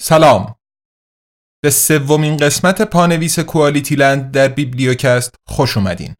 سلام. به سومین قسمت پانویس کوالیتی لند در بیبلیوکست خوش اومدین.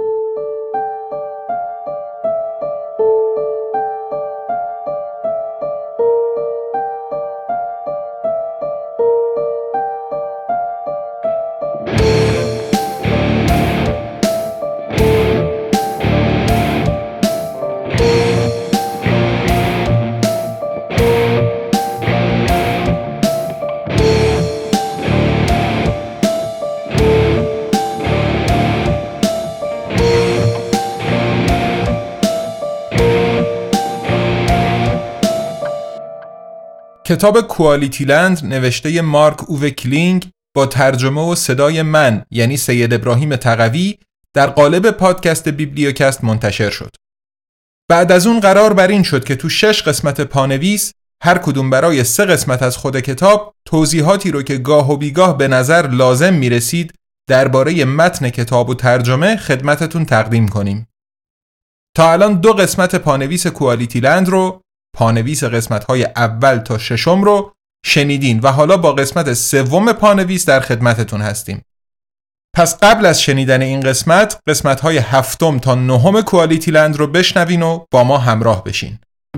کتاب کوالیتی لند نوشته مارک اووه کلینگ با ترجمه و صدای من یعنی سید ابراهیم تقوی در قالب پادکست بیبلیوکست منتشر شد. بعد از اون قرار بر این شد که تو 6 قسمت پانویس هر کدوم برای 3 قسمت از خود کتاب توضیحاتی رو که گاه و بیگاه به نظر لازم میرسید درباره متن کتاب و ترجمه خدمتتون تقدیم کنیم. تا الان 2 قسمت پانویس کوالیتی لند رو، پانویس قسمت‌های اول تا 6 رو شنیدین و حالا با قسمت 3 پانویس در خدمتتون هستیم. پس قبل از شنیدن این قسمت‌های 7 تا 9 کوالیتی لند رو بشنوین و با ما همراه بشین.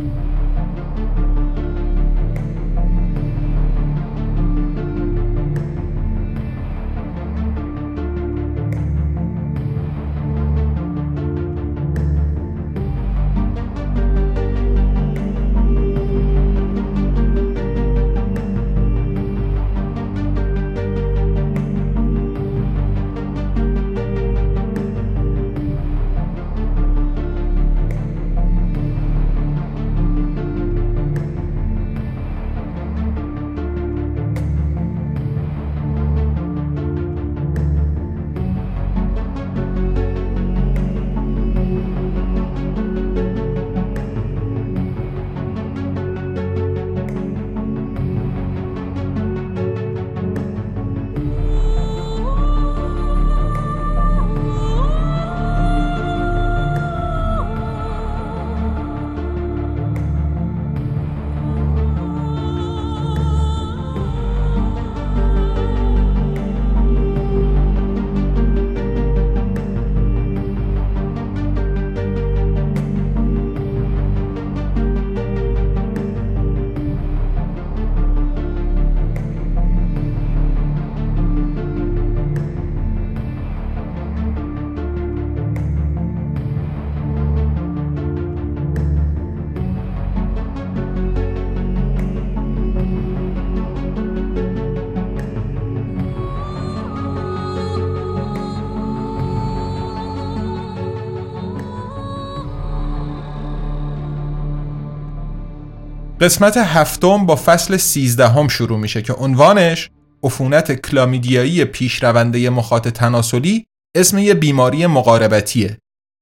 قسمت 7 با فصل 13 شروع میشه که عنوانش عفونت کلامیدیایی پیشرونده مخاط تناسلی اسم یه بیماری مقاربتیه.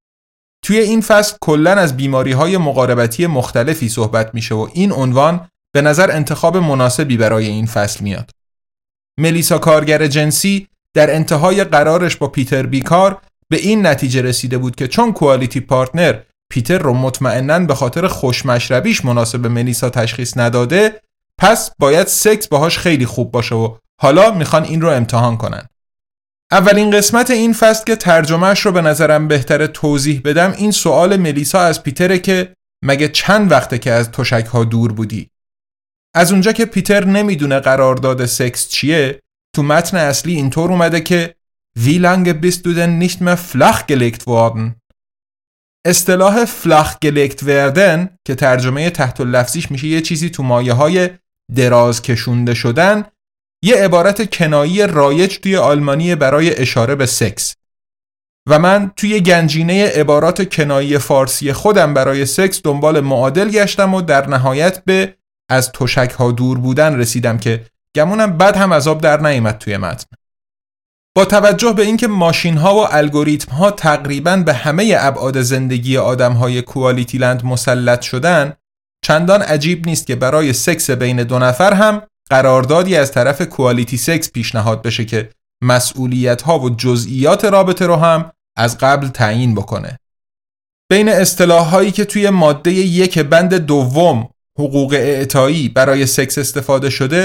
توی این فصل کلاً از بیماری‌های مقاربتی مختلفی صحبت میشه و این عنوان به نظر انتخاب مناسبی برای این فصل میاد. ملیسا کارگر جنسی در انتهای قرارش با پیتر بیکار به این نتیجه رسیده بود که چون کوالیتی پارتنر پیتر رو مطمئناً به خاطر خوشمشربیش مناسب ملیسا تشخیص نداده، پس باید سکس باهاش خیلی خوب باشه و حالا میخوان این رو امتحان کنن. اولین قسمت این فصل که ترجمهش رو به نظرم بهتره توضیح بدم این سوال ملیسا از پیتره که مگه چند وقته که از تشک‌ها دور بودی؟ از اونجا که پیتر نمیدونه قرارداد سکس چیه، تو متن اصلی اینطور اومده که Wie lange bist du denn nicht mehr flach gelegt worden؟ اصطلاح flach gelegt werden که ترجمه تحت اللفظیش میشه یه چیزی تو مایه‌های دراز کشونده شدن، یه عبارت کنایی رایج توی آلمانی برای اشاره به سکس و من توی گنجینه عبارات کنایی فارسی خودم برای سکس دنبال معادل گشتم و در نهایت به از تشک‌ها دور بودن رسیدم که گمونم بعد هم از آب در نیامد توی متن. با توجه به اینکه ماشین‌ها و الگوریتم‌ها تقریباً به همه ابعاد زندگی آدم‌های کوالیتی لند مسلط شدن، چندان عجیب نیست که برای سکس بین 2 نفر هم قراردادی از طرف کوالیتی سکس پیشنهاد بشه که مسئولیت‌ها و جزئیات رابطه رو هم از قبل تعیین بکنه. بین اصطلاح‌هایی که توی ماده 1 بند 2 حقوق اعطایی برای سکس استفاده شده،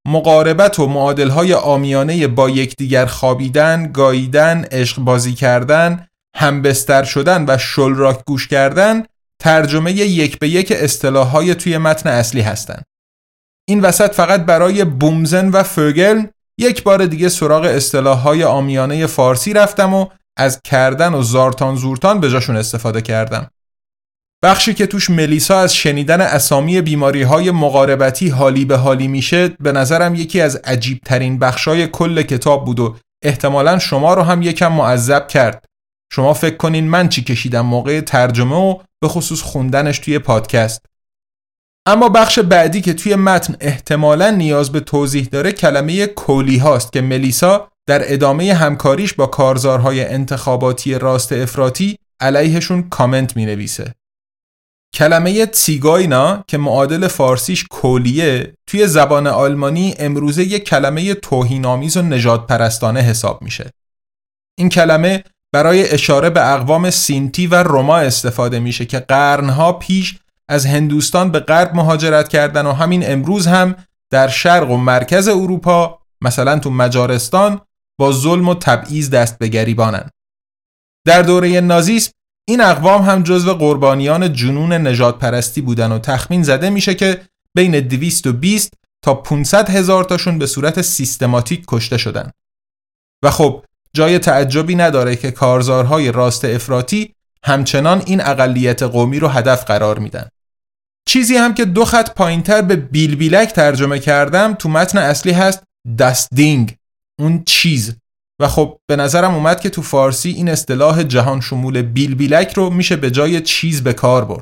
مقاربت و معادلهای عامیانه با یکدیگر خوابیدن، گاییدن، عشق بازی کردن، همبستر شدن و شلراک گوش کردن ترجمه یک به یک اصطلاح‌های توی متن اصلی هستند. این وسط فقط برای بومزن و فوگل یک بار دیگه سراغ اصطلاح‌های عامیانه فارسی رفتم و از کردن و زارتان زورتان به جاشون استفاده کردم. بخشی که توش ملیسا از شنیدن اسامی بیماری‌های مقاربتی حالی به حالی میشه به نظرم یکی از عجیب‌ترین بخشای کل کتاب بود و احتمالاً شما رو هم یکم معذب کرد. شما فکر کنین من چی کشیدم موقع ترجمه و به خصوص خوندنش توی پادکست. اما بخش بعدی که توی متن احتمالاً نیاز به توضیح داره کلمه کولی هاست که ملیسا در ادامه همکاریش با کارزارهای انتخاباتی راست افراطی علیهشون کامنت می‌نویسه. کلمه تسیگاینا که معادل فارسیش کولیه توی زبان آلمانی امروزه یک کلمه توهین‌آمیز و نژادپرستانه حساب میشه. این کلمه برای اشاره به اقوام سینتی و روما استفاده میشه که قرنها پیش از هندوستان به غرب مهاجرت کردن و همین امروز هم در شرق و مرکز اروپا مثلا تو مجارستان با ظلم و تبعیض دست به گریبانن. در دوره نازیسم این اقوام هم جزو قربانیان جنون نژادپرستی بودن و تخمین زده میشه که بین 220 تا 500 هزار تاشون به صورت سیستماتیک کشته شدن. و خب جای تعجبی نداره که کارزارهای راست افراطی همچنان این اقلیت قومی رو هدف قرار میدن. چیزی هم که 2 خط پایینتر به بیلبیلک ترجمه کردم تو متن اصلی هست دستینگ، اون چیز. و خب به نظرم اومد که تو فارسی این اصطلاح جهان شمول بیلبیلک رو میشه به جای چیز به کار برد.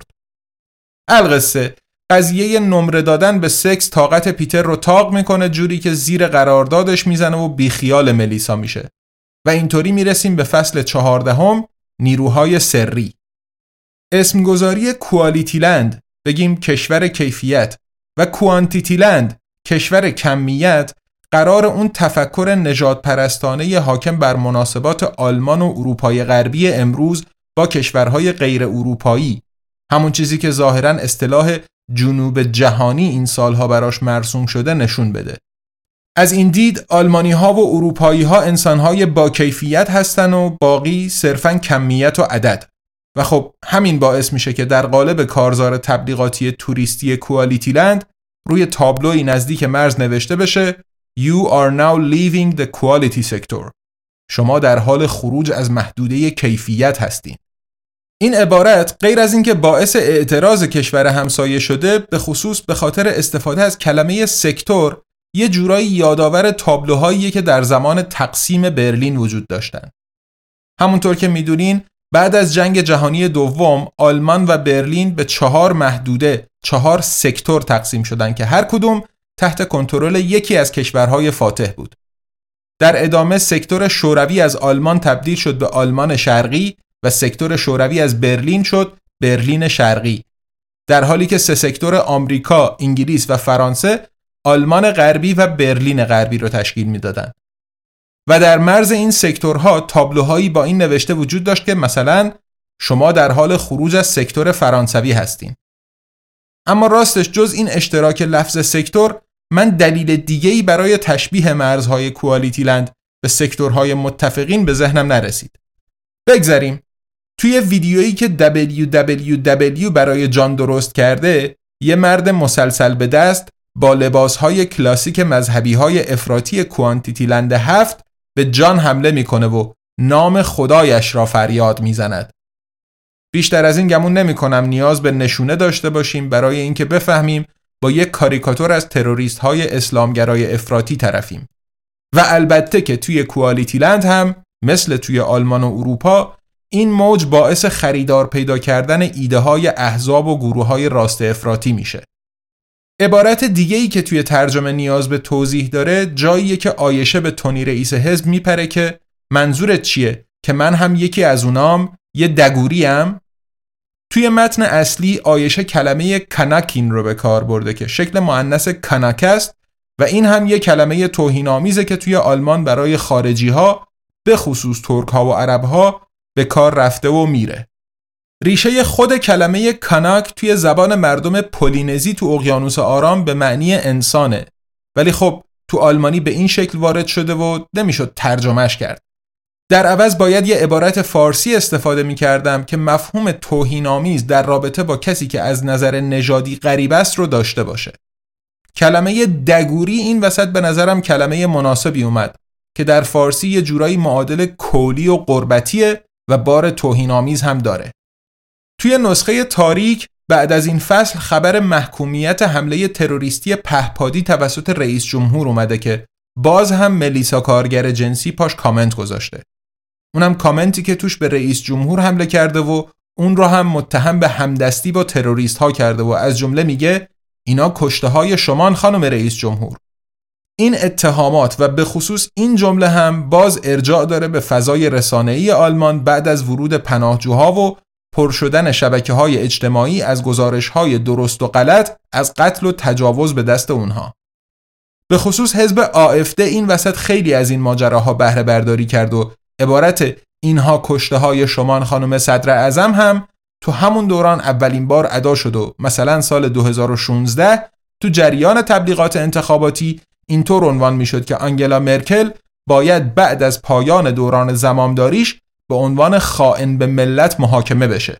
القصه قضیه نمره دادن به سکس طاقت پیتر رو تاق میکنه جوری که زیر قراردادش میزنه و بیخیال ملیسا میشه. و اینطوری میرسیم به فصل 14 نیروهای سری. اسمگذاری کوالیتی لند بگیم کشور کیفیت و کوانتیتی لند کشور کمیت قرار اون تفکر نژادپرستانه حاکم بر مناسبات آلمان و اروپای غربی امروز با کشورهای غیر اروپایی، همون چیزی که ظاهراً اصطلاح جنوب جهانی این سالها براش مرسوم شده نشون بده. از این دید آلمانی ها و اروپایی ها انسان های با کیفیت هستن و باقی صرفاً کمیت و عدد. و خب همین باعث میشه که در قالب کارزار تبلیغاتی توریستی کوالیتی لند روی تابلوی نزدیک مرز نوشته بشه You are now leaving the quality sector. شما در حال خروج از محدوده کیفیت هستین. این عبارت غیر از اینکه باعث اعتراض کشور همسایه شده، به خصوص به خاطر استفاده از کلمه سکتور یه جورایی یادآور تابلوهایی که در زمان تقسیم برلین وجود داشتن. همونطور که میدونین بعد از جنگ جهانی دوم آلمان و برلین به 4 محدوده 4 سکتور تقسیم شدن که هر کدوم تحت کنترل یکی از کشورهای فاتح بود. در ادامه سکتور شوروی از آلمان تبدیل شد به آلمان شرقی و سکتور شوروی از برلین شد برلین شرقی. در حالی که 3 سکتور آمریکا، انگلیس و فرانسه آلمان غربی و برلین غربی رو تشکیل میدادن. و در مرز این سکتورها تابلوهایی با این نوشته وجود داشت که مثلا شما در حال خروج از سکتور فرانسوی هستین. اما راستش جز این اشتراک لفظ سکتور من دلیل دیگه‌ای برای تشبیه مرزهای کوالیتی لند به سکتورهای متفقین به ذهنم نرسید. بگذریم. توی ویدیویی که www برای جان درست کرده، یه مرد مسلسل به دست با لباسهای کلاسیک مذهبی‌های افراطی کوانتیتی لند 7 به جان حمله میکنه و نام خدایش را فریاد میزند. بیشتر از این گمون نمی کنم نیاز به نشونه داشته باشیم برای اینکه بفهمیم با یک کاریکاتور از تروریست های اسلامگرای افراطی طرفیم. و البته که توی کوالیتی لند هم مثل توی آلمان و اروپا این موج باعث خریدار پیدا کردن ایده های احزاب و گروه های راست افراطی میشه. عبارت دیگه‌ای که توی ترجمه نیاز به توضیح داره جاییه که آیشه به تونی رئیس حزب میپره که منظورت چیه؟ که من هم یکی از اونام، یه دگوریم؟ توی متن اصلی آیشه کلمه کناکین رو به کار برده که شکل مؤنث کناک است و این هم یه کلمه توهین‌آمیزه که توی آلمان برای خارجی‌ها به خصوص ترک‌ها و عرب‌ها به کار رفته و میره. ریشه خود کلمه کناک توی زبان مردم پولینزی تو اقیانوس آرام به معنی انسانه، ولی خب تو آلمانی به این شکل وارد شده و نمیشد ترجمهش کرد. در عوض باید یه عبارت فارسی استفاده می‌کردم که مفهوم توهین‌آمیز در رابطه با کسی که از نظر نژادی غریب است رو داشته باشه. کلمه دگوری این وسط به نظرم کلمه مناسبی اومد که در فارسی یه جورایی معادل کولی و غربتیه و بار توهین‌آمیز هم داره. توی نسخه تاریک بعد از این فصل خبر محکومیت حمله تروریستی پهپادی توسط رئیس جمهور اومده که باز هم ملیسا کارگر جنسی پاش کامنت گذاشته. اونم کامنتی که توش به رئیس جمهور حمله کرده و اون رو هم متهم به همدستی با تروریست ها کرده و از جمله میگه اینا کشته های شمان خانم رئیس جمهور. این اتهامات و به خصوص این جمله هم باز ارجاع داره به فضای رسانه‌ای آلمان بعد از ورود پناهجوها و پر شدن شبکه‌های اجتماعی از گزارش‌های درست و غلط از قتل و تجاوز به دست اونها. به خصوص حزب AfD این وسط خیلی از این ماجراها بهره برداری کرد و عبارت اینها کشته های شمان خانم صدر اعظم هم تو همون دوران اولین بار ادا شد و مثلا سال 2016 تو جریان تبلیغات انتخاباتی اینطور عنوان میشد که آنگلا مرکل باید بعد از پایان دوران زمامداریش به عنوان خائن به ملت محاکمه بشه.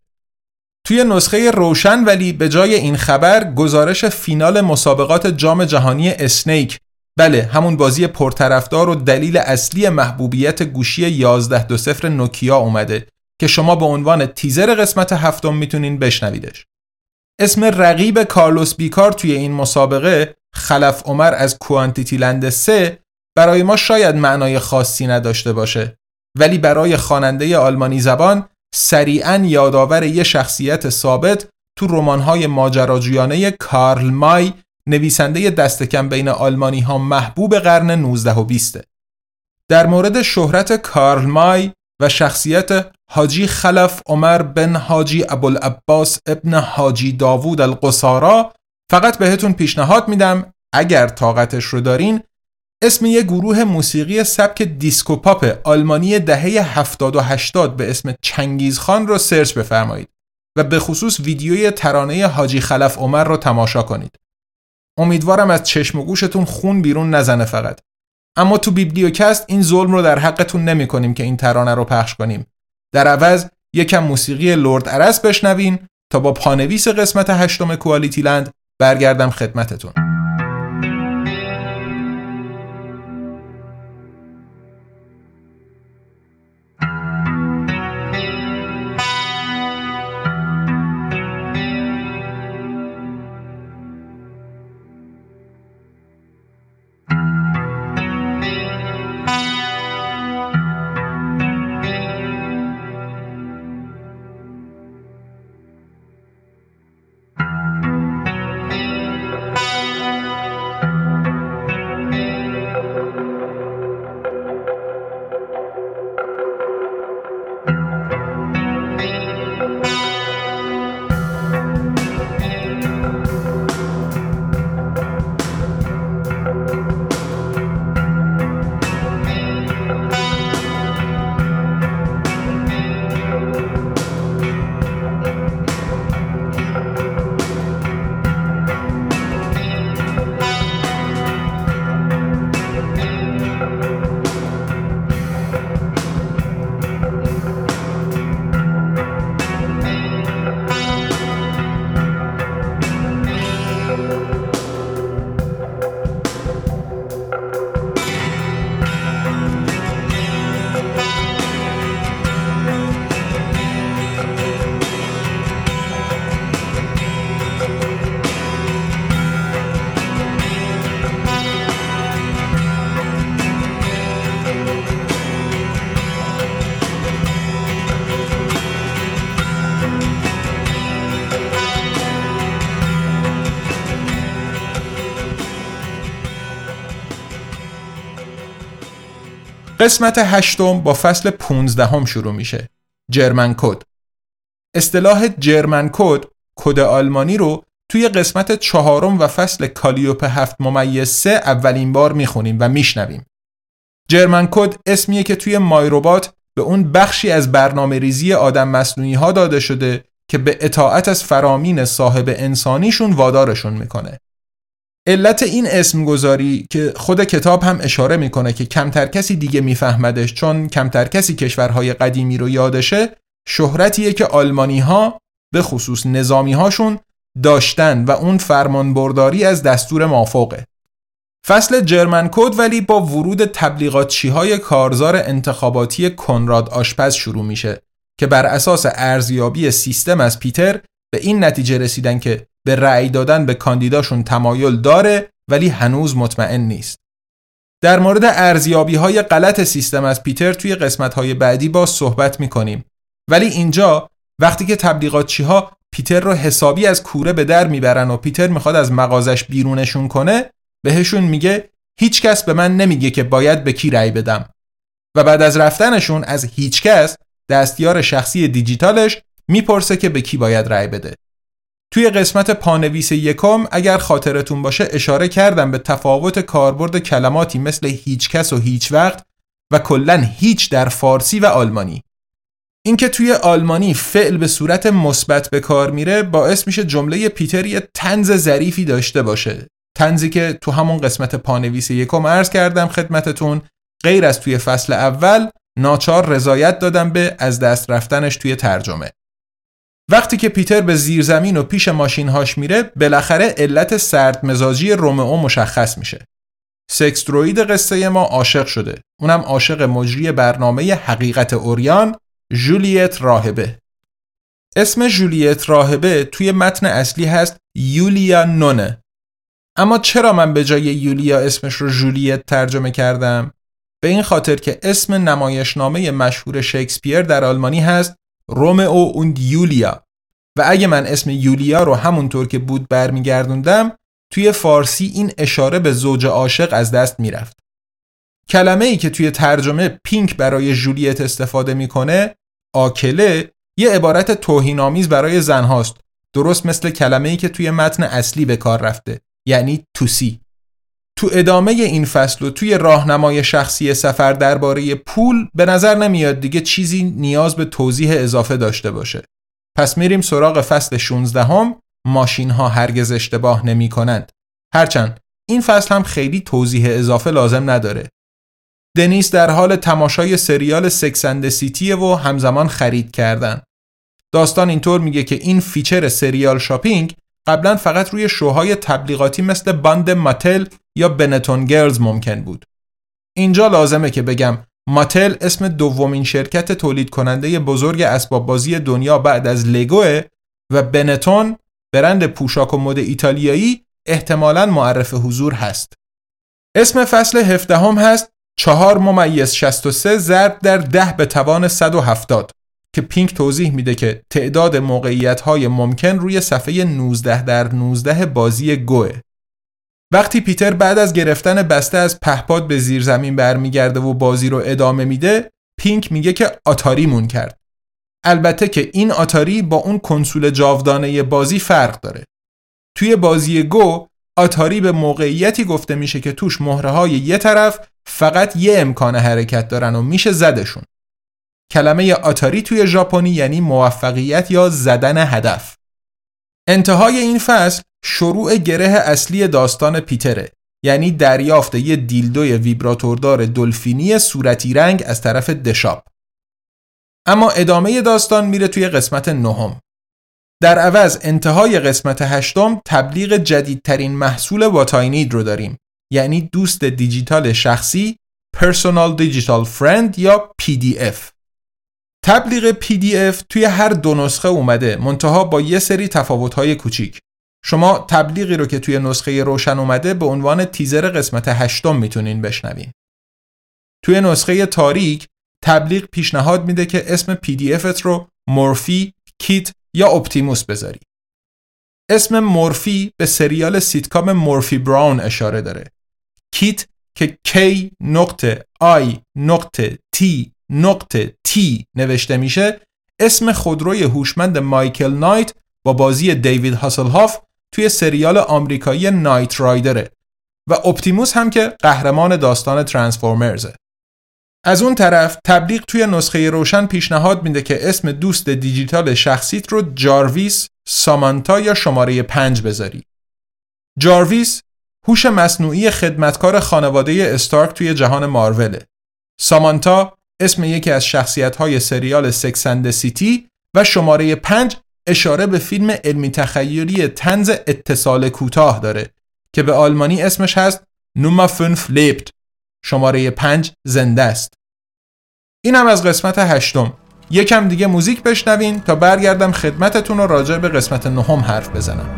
توی نسخه روشن ولی به جای این خبر گزارش فینال مسابقات جام جهانی اسنیک، بله همون بازی پرطرفدار و دلیل اصلی محبوبیت گوشی 1120 نوکیا اومده که شما به عنوان تیزر قسمت 7 میتونین بشنویدش. اسم رقیب کارلوس بیکار توی این مسابقه خلف عمر از کوانتیتی لند 3 برای ما شاید معنای خاصی نداشته باشه، ولی برای خواننده آلمانی زبان سریعاً یادآور یه شخصیت ثابت تو رمان‌های ماجراجویانه کارل مای، نویسنده دست کم بین آلمانی‌ها محبوب قرن 19 و 20. در مورد شهرت کارل مای و شخصیت حاجی خلف عمر بن حاجی ابوالعباس ابن حاجی داوود القصارا فقط بهتون پیشنهاد میدم اگر طاقتش رو دارین اسم یه گروه موسیقی سبک دیسکو پاپ آلمانی دهه 70 و 80 به اسم چنگیزخان رو سرچ بفرمایید و به خصوص ویدیوی ترانه حاجی خلف عمر رو تماشا کنید. امیدوارم از چشم و گوشتون خون بیرون نزنه فقط. اما تو بیبلیوکست این ظلم رو در حقتون نمی کنیم که این ترانه رو پخش کنیم. در عوض یکم موسیقی لرد ارس بشنوین تا با پانویس قسمت 8 کوالیتی لند برگردم خدمتتون. قسمت 8 با فصل 15 شروع میشه. جرمن کد. اصطلاح جرمن کد آلمانی رو توی قسمت 4 و فصل کالیوپه 7/3 اولین بار میخونیم و میشنویم. جرمن کد اسمیه که توی مایروبات به اون بخشی از برنامه ریزی آدم مصنوعی ها داده شده که به اطاعت از فرامین صاحب انسانیشون وادارشون میکنه. علت این اسم گذاری که خود کتاب هم اشاره میکنه که کمتر کسی دیگه میفهمدش چون کمتر کسی کشورهای قدیمی رو یادشه، شهرتیه که آلمانی ها به خصوص نظامی هاشون داشتن و اون فرمانبرداری از دستور مافوقه. فصل جرمن کد ولی با ورود تبلیغاتچی‌های کارزار انتخاباتی کنراد آشپز شروع میشه که بر اساس ارزیابی سیستم از پیتر به این نتیجه رسیدن که به رأی دادن به کاندیداشون تمایل داره ولی هنوز مطمئن نیست. در مورد ارزیابی‌های غلط سیستم از پیتر توی قسمت‌های بعدی با صحبت می‌کنیم، ولی اینجا وقتی که تبلیغاتچی‌ها پیتر رو حسابی از کوره به در میبرن و پیتر میخواد از مغازش بیرونشون کنه، بهشون میگه هیچ کس به من نمیگه که باید به کی رأی بدم و بعد از رفتنشون از هیچ کس دستیار شخصی دیجیتالش میپرسه که به کی باید رأی بده. توی قسمت پانویس یکم اگر خاطرتون باشه اشاره کردم به تفاوت کاربرد کلماتی مثل هیچ کس و هیچ وقت و کلاً هیچ در فارسی و آلمانی. اینکه توی آلمانی فعل به صورت مثبت به کار میره باعث میشه جمله پیتر یه طنز ظریفی داشته باشه. طنزی که تو همون قسمت پانویس یکم عرض کردم خدمتتون، غیر از توی فصل اول ناچار رضایت دادم به از دست رفتنش توی ترجمه. وقتی که پیتر به زیرزمین و پیش ماشین‌هاش میره بالاخره علت سرد مزاجی رومئو مشخص میشه. سکس دروید قصه ما عاشق شده، اونم عاشق مجری برنامه حقیقت اوریان، جولیت راهبه. اسم جولیت راهبه توی متن اصلی هست یولیا نونه. اما چرا من به جای یولیا اسمش رو جولیت ترجمه کردم؟ به این خاطر که اسم نمایشنامه مشهور شکسپیر در آلمانی هست رومئو اوند یولیا و اگه من اسم یولیا رو همونطور که بود برمیگردوندم توی فارسی این اشاره به زوج عاشق از دست میرفت. کلمه‌ای که توی ترجمه پینک برای جولیت استفاده میکنه، آکله، یه عبارت توهین‌آمیز برای زنهاست، درست مثل کلمه‌ای که توی متن اصلی به کار رفته، یعنی توسی. تو ادامه این فصل و توی راهنمای شخصی سفر درباره پول به نظر نمیاد دیگه چیزی نیاز به توضیح اضافه داشته باشه. پس میریم سراغ فصل 16 ماشین‌ها هرگز اشتباه نمی‌کنند. هرچند این فصل هم خیلی توضیح اضافه لازم نداره. دنیس در حال تماشای سریال سکس اند سیتیه و همزمان خرید کردن. داستان اینطور میگه که این فیچر سریال شاپینگ قبلا فقط روی شوهای تبلیغاتی مثل باند ماتل یا بنتون گرلز ممکن بود. اینجا لازمه که بگم ماتل اسم دومین شرکت تولید کننده بزرگ اسباب بازی دنیا بعد از لگوه و بنتون برند پوشاک و مد ایتالیایی احتمالاً معرف حضور هست. اسم فصل 17 هست 4/63 ضرب در 10 به توان 170 که پینک توضیح میده که تعداد موقعیت‌های ممکن روی صفحه 19x19 بازی گوه. وقتی پیتر بعد از گرفتن بسته از پهپاد به زیر زمین برمیگرده و بازی رو ادامه میده، پینک میگه که آتاری مون کرد. البته که این آتاری با اون کنسول جاودانه بازی فرق داره. توی بازی گو آتاری به موقعیتی گفته میشه که توش مهره‌های یه طرف فقط یه امکان حرکت دارن و میشه زدشون. کلمه آتاری توی ژاپنی یعنی موفقیت یا زدن هدف. انتهای این فصل شروع گره اصلی داستان پیتره، یعنی دریافت یه دیلدوی ویبراتوردار دلفینی صورتی رنگ از طرف دشاپ. اما ادامه داستان میره توی قسمت 9. در عوض انتهای قسمت 8 تبلیغ جدیدترین محصول واتاینید رو داریم، یعنی دوست دیجیتال شخصی Personal Digital Friend یا PDF. تبلیغ PDF توی هر 2 نسخه اومده، منتها با یه سری تفاوت‌های کوچیک. شما تبلیغی رو که توی نسخه روشن اومده به عنوان تیزر قسمت 8 میتونین بشنوین. توی نسخه تاریک تبلیغ پیشنهاد میده که اسم PDFت رو مورفی، کیت یا اپتیموس بذاری. اسم مورفی به سریال سیتکام مورفی براون اشاره داره. کیت که K.I.T.T نوشته میشه، اسم خودروی هوشمند مایکل نایت با بازی دیوید هاسلهاف توی سریال آمریکایی نایت رایدره و اپتیموس هم که قهرمان داستان ترانسفورمرزه. از اون طرف تبلیغ توی نسخه روشن پیشنهاد میده که اسم دوست دیجیتال شخصیت رو جارویس، سامانتا یا شماره 5 بذاری. جارویس هوش مصنوعی خدمتکار خانواده استارک توی جهان ماروله. سامانتا اسم یکی از شخصیت‌های سریال سکس اند سیتی و شماره 5 اشاره به فیلم علمی تخیلی طنز اتصال کوتاه داره که به آلمانی اسمش هست نومر 5 lebt. شماره 5 زنده است. این هم از قسمت 8. یکم دیگه موزیک بشنوین تا برگردم خدمتتون و راجع به قسمت 9 حرف بزنم.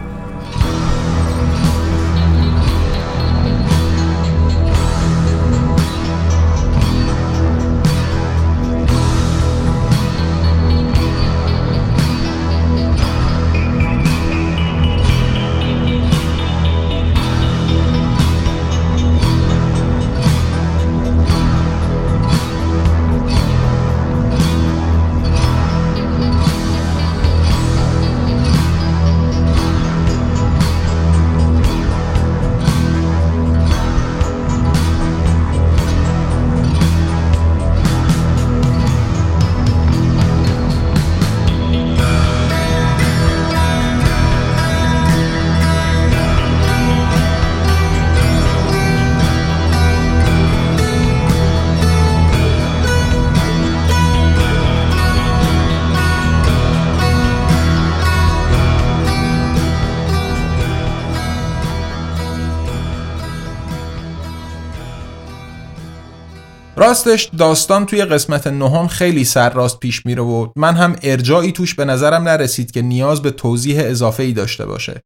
راستش داستان توی قسمت 9 خیلی سرراست پیش میره و من هم ارجاعی توش به نظرم نرسید که نیاز به توضیح اضافه‌ای داشته باشه.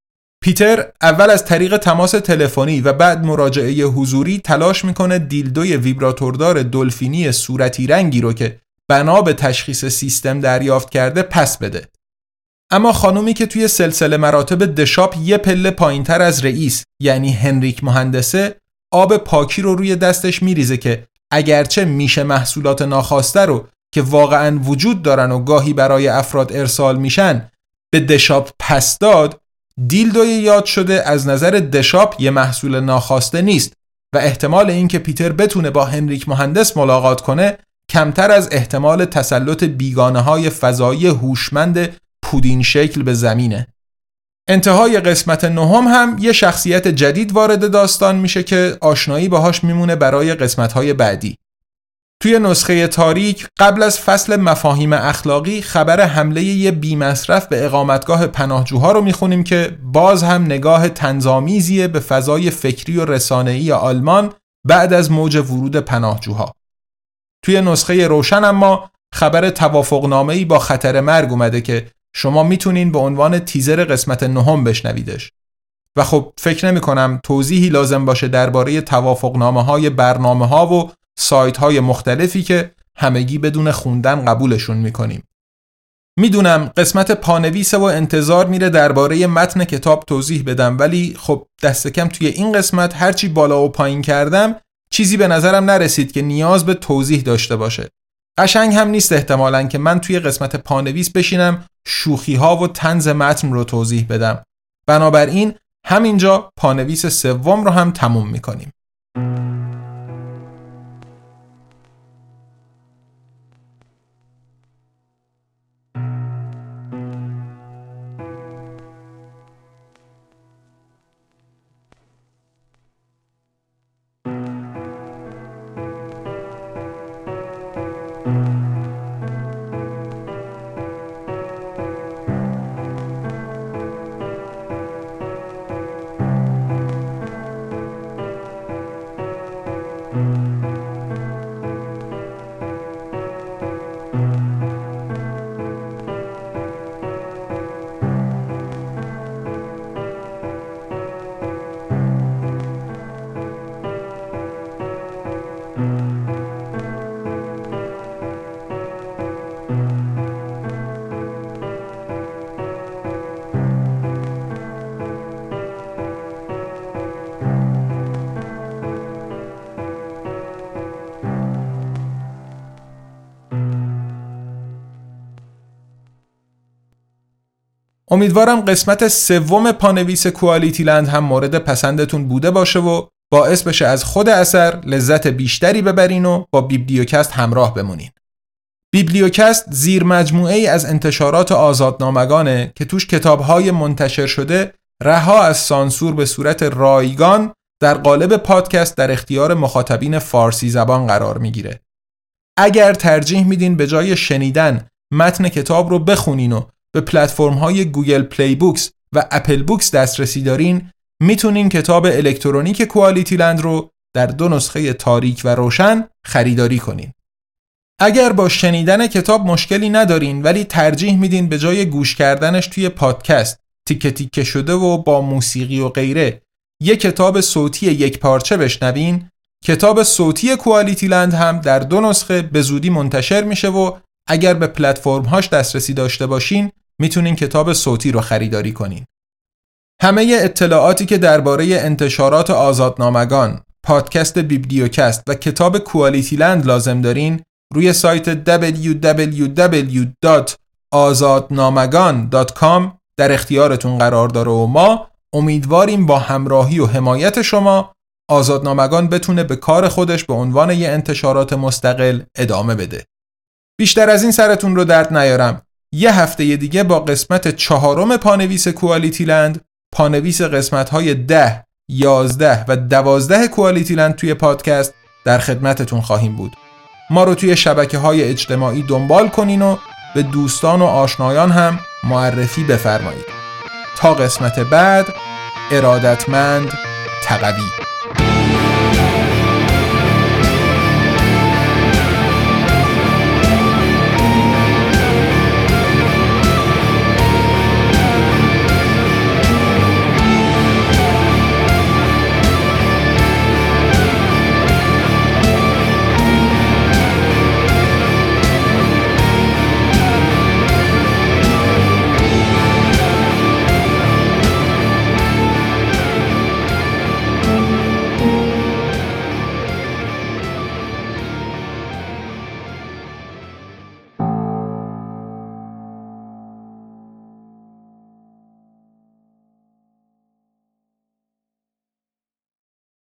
پیتر اول از طریق تماس تلفنی و بعد مراجعه حضوری تلاش میکنه دیلدوی ویبراتوردار دلفینی صورتی رنگی رو که بنا به تشخیص سیستم دریافت کرده پس بده. اما خانومی که توی سلسله مراتب دشاپ یه پله پایینتر از رئیس یعنی هنریک مهندسه آب پاکی رو روی دستش میریزه که اگرچه میشه محصولات ناخواسته رو که واقعاً وجود دارن و گاهی برای افراد ارسال میشن به دشاپ پس داد، دیلدوی یاد شده از نظر دشاپ یه محصول ناخواسته نیست و احتمال اینکه پیتر بتونه با هنریک مهندس ملاقات کنه کمتر از احتمال تسلط بیگانه‌های فضایی هوشمند پودین شکل به زمینه. انتهای قسمت 9 هم یه شخصیت جدید وارد داستان میشه که آشنایی باهاش میمونه برای قسمت‌های بعدی. توی نسخه تاریک قبل از فصل مفاهیم اخلاقی خبر حمله یه بی‌مصرف به اقامتگاه پناهجوها رو میخونیم که باز هم نگاه طنزآمیزیه به فضای فکری و رسانه‌ای آلمان بعد از موج ورود پناهجوها. توی نسخه روشن اما خبر توافقنامه‌ای با خطر مرگ اومده که شما میتونین به عنوان تیزر قسمت 9 بشنویدش. و خب فکر نمی کنم توضیحی لازم باشه درباره توافقنامه‌های برنامه‌ها و سایت‌های مختلفی که همگی بدون خوندن قبولشون میکنیم. میدونم قسمت پانویسه و انتظار میره درباره متن کتاب توضیح بدم، ولی خب دست کم توی این قسمت هرچی بالا و پایین کردم چیزی به نظرم نرسید که نیاز به توضیح داشته باشه. قشنگ هم نیست احتمالاً که من توی قسمت پانویس بشینم شوخی‌ها و طنز متن رو توضیح بدم. بنابراین همینجا پانویس 3 رو هم تموم میکنیم. امیدوارم قسمت 3 پانویس کوالیتی لند هم مورد پسندتون بوده باشه و باعث بشه از خود اثر لذت بیشتری ببرین و با بیبلیوکست همراه بمونین. بیبلیوکست زیر مجموعه ای از انتشارات آزادنامگانه که توش کتاب‌های منتشر شده رها از سانسور به صورت رایگان در قالب پادکست در اختیار مخاطبین فارسی زبان قرار میگیره. اگر ترجیح میدین به جای شنیدن متن کتاب رو بخونین و به پلتفرم‌های گوگل پلی بوکس و اپل بوکس دسترسی دارین، میتونین کتاب الکترونیک کوالیتی لند رو در 2 نسخه تاریک و روشن خریداری کنین. اگر با شنیدن کتاب مشکلی ندارین ولی ترجیح میدین به جای گوش کردنش توی پادکست تیکه تیکه شده و با موسیقی و غیره یک کتاب صوتی یک پارچه بشنوین، کتاب صوتی کوالیتی لند هم در 2 نسخه به زودی منتشر میشه و اگر به پلتفرم هاش دسترسی داشته باشین میتونین کتاب صوتی رو خریداری کنین. همه اطلاعاتی که درباره انتشارات آزادنامگان، پادکست بیبلیوکست و کتاب کوالیتی لند لازم دارین روی سایت www.azadnamagan.com در اختیارتون قرار داره و ما امیدواریم با همراهی و حمایت شما آزادنامگان بتونه به کار خودش به عنوان یه انتشارات مستقل ادامه بده. بیشتر از این سرتون رو درد نیارم. یه هفته دیگه با قسمت 4 پانویس کوالیتی لند، پانویس قسمت‌های 10، 11 و 12 کوالیتی لند توی پادکست در خدمتتون خواهیم بود. ما رو توی شبکه‌های اجتماعی دنبال کنین و به دوستان و آشنایان هم معرفی بفرمایید. تا قسمت بعد، ارادتمند، تقوی.